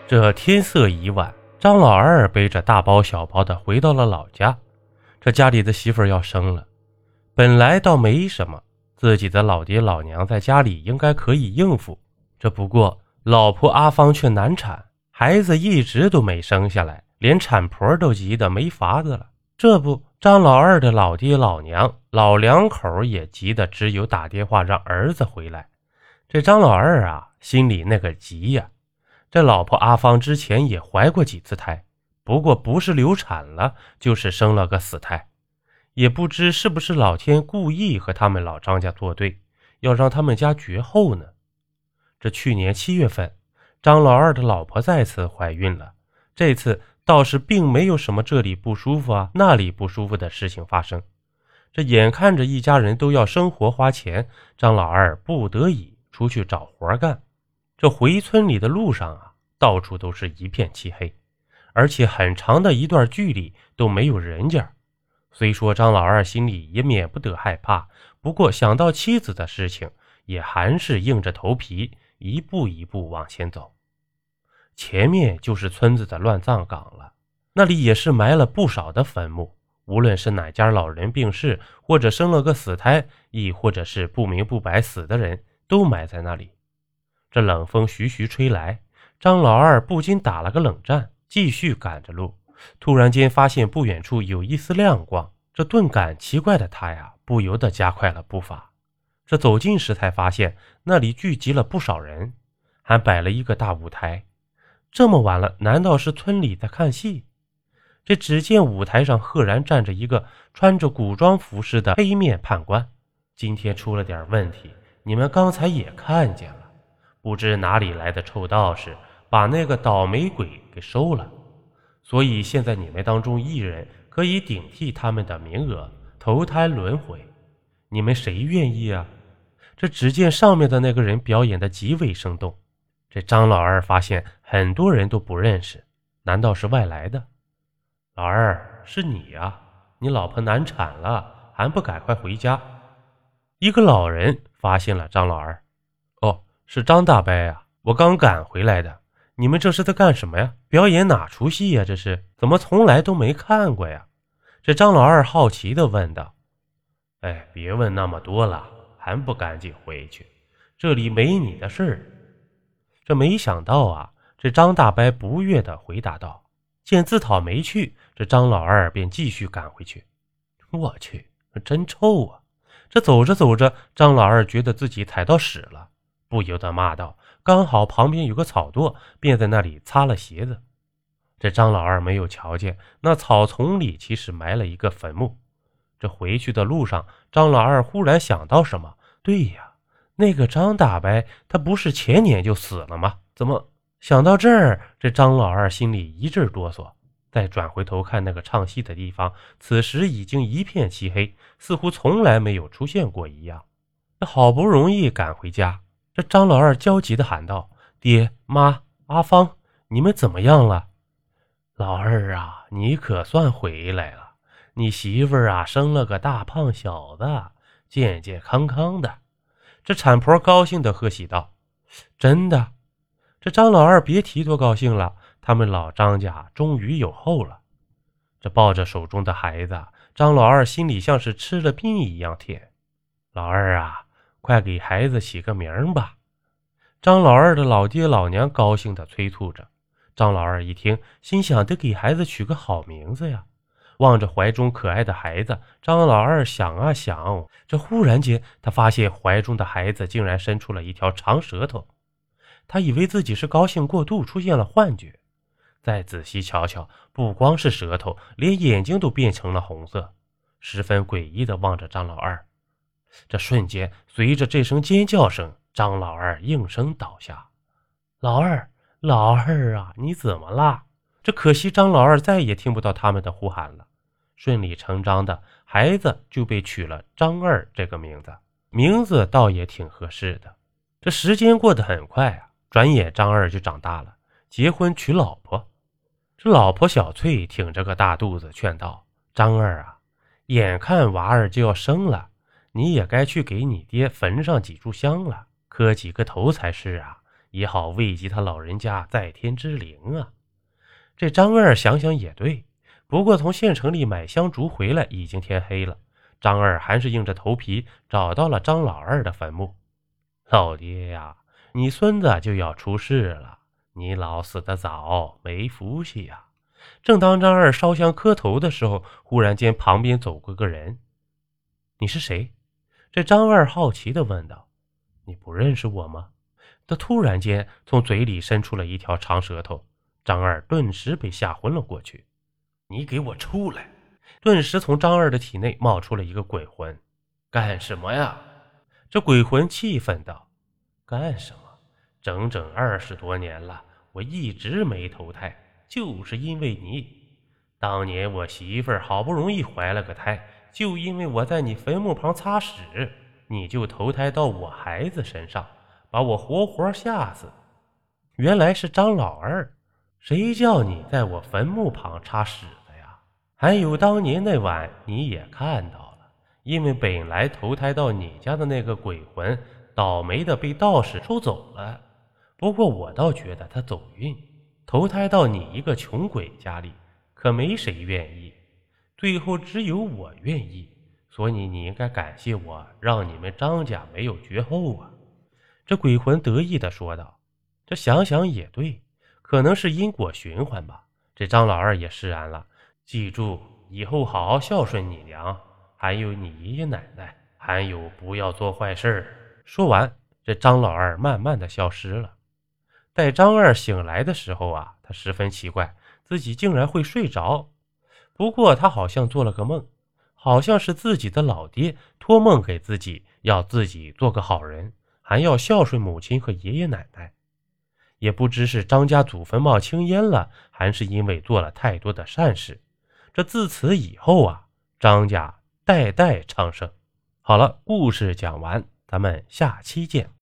这天色已晚，张老二背着大包小包的回到了老家。这家里的媳妇儿要生了，本来倒没什么，自己的老爹老娘在家里应该可以应付。这不过老婆阿芳却难产，孩子一直都没生下来，连产婆都急得没法子了。这不，张老二的老爹老娘老两口也急得只有打电话让儿子回来。这张老二啊，心里那个急呀。这老婆阿芳之前也怀过几次胎，不过不是流产了，就是生了个死胎。也不知是不是老天故意和他们老张家作对，要让他们家绝后呢。这去年7月份，张老二的老婆再次怀孕了，这次倒是并没有什么这里不舒服啊那里不舒服的事情发生。这眼看着一家人都要生活花钱，张老二不得已出去找活干。这回村里的路上啊，到处都是一片漆黑，而且很长的一段距离都没有人家。虽说张老二心里也免不得害怕，不过想到妻子的事情，也还是硬着头皮一步一步往前走。前面就是村子的乱葬岗了，那里也是埋了不少的坟墓，无论是哪家老人病逝，或者生了个死胎，亦或者是不明不白死的人，都埋在那里。这冷风徐徐吹来，张老二不禁打了个冷战，继续赶着路。突然间发现不远处有一丝亮光，这顿感奇怪的他呀，不由得加快了步伐。这走近时才发现那里聚集了不少人，还摆了一个大舞台。这么晚了，难道是村里在看戏？这只见舞台上赫然站着一个穿着古装服饰的黑面判官。今天出了点问题，你们刚才也看见了。不知哪里来的臭道士，把那个倒霉鬼给收了，所以现在你们当中一人可以顶替他们的名额，投胎轮回。你们谁愿意啊？这只见上面的那个人表演的极为生动。这张老二发现很多人都不认识，难道是外来的？老二，是你啊，你老婆难产了，还不赶快回家？一个老人发现了张老二。哦，是张大伯啊，我刚赶回来的。你们这是在干什么呀？表演哪出戏呀？这是怎么从来都没看过呀？这张老二好奇地问道。哎，别问那么多了，还不赶紧回去，这里没你的事儿。这没想到啊，这张大伯不悦地回答道。见自讨没趣，这张老二便继续赶回去。我去，真臭啊！这走着走着，张老二觉得自己踩到屎了，不由得骂道。刚好旁边有个草垛，便在那里擦了鞋子。这张老二没有瞧见，那草丛里其实埋了一个坟墓。这回去的路上，张老二忽然想到什么，对呀，那个张大伯他不是前年就死了吗？怎么想到这儿，这张老二心里一阵哆嗦。再转回头看那个唱戏的地方，此时已经一片漆黑，似乎从来没有出现过一样。这好不容易赶回家，这张老二焦急地喊道：爹妈，阿芳，你们怎么样了？老二啊，你可算回来了，你媳妇儿啊生了个大胖小子，健健康康的。这产婆高兴地贺喜道。真的？这张老二别提多高兴了，他们老张家终于有后了。这抱着手中的孩子，张老二心里像是吃了冰一样甜。老二啊，快给孩子起个名吧。张老二的老爹老娘高兴地催促着。张老二一听，心想得给孩子取个好名字呀。望着怀中可爱的孩子，张老二想啊想，这忽然间他发现怀中的孩子竟然伸出了一条长舌头。他以为自己是高兴过度出现了幻觉，再仔细瞧瞧，不光是舌头，连眼睛都变成了红色，十分诡异地望着张老二。这瞬间，随着这声尖叫声，张老二应声倒下。老二，老二啊，你怎么啦？这可惜张老二再也听不到他们的呼喊了。顺理成章的，孩子就被取了张二这个名字，名字倒也挺合适的。这时间过得很快啊，转眼张二就长大了，结婚娶老婆。这老婆小翠挺着个大肚子劝道：张二啊，眼看娃儿就要生了，你也该去给你爹坟上几炷香了，磕几个头才是啊， 也好慰藉他老人家在天之灵啊。这张二想想也对，不过从县城里买香烛回来已经天黑了，张二还是硬着头皮找到了张老二的坟墓。老爹呀，你孙子就要出事了，你老死得早，没福气呀。正当张二烧香磕头的时候，忽然间旁边走过个人。你是谁？这张二好奇地问道。你不认识我吗？他突然间从嘴里伸出了一条长舌头，张二顿时被吓昏了过去。你给我出来！顿时从张二的体内冒出了一个鬼魂。干什么呀？这鬼魂气愤道。干什么？整整20多年了，我一直没投胎，就是因为你。当年我媳妇儿好不容易怀了个胎，就因为我在你坟墓旁擦屎，你就投胎到我孩子身上，把我活活吓死。原来是张老二，谁叫你在我坟墓旁擦屎的呀？还有当年那晚你也看到了，因为本来投胎到你家的那个鬼魂倒霉的被道士收走了，不过我倒觉得他走运，投胎到你一个穷鬼家里可没谁愿意，最后只有我愿意，所以你应该感谢我，让你们张家没有绝后啊。这鬼魂得意地说道。这想想也对，可能是因果循环吧。这张老二也释然了，记住以后好好孝顺你娘，还有你爷爷奶奶，还有不要做坏事。说完，这张老二慢慢的消失了。待张二醒来的时候啊，他十分奇怪，自己竟然会睡着。不过他好像做了个梦，好像是自己的老爹托梦给自己，要自己做个好人，还要孝顺母亲和爷爷奶奶。也不知是张家祖坟冒青烟了，还是因为做了太多的善事，这自此以后啊，张家代代昌盛。好了，故事讲完，咱们下期见。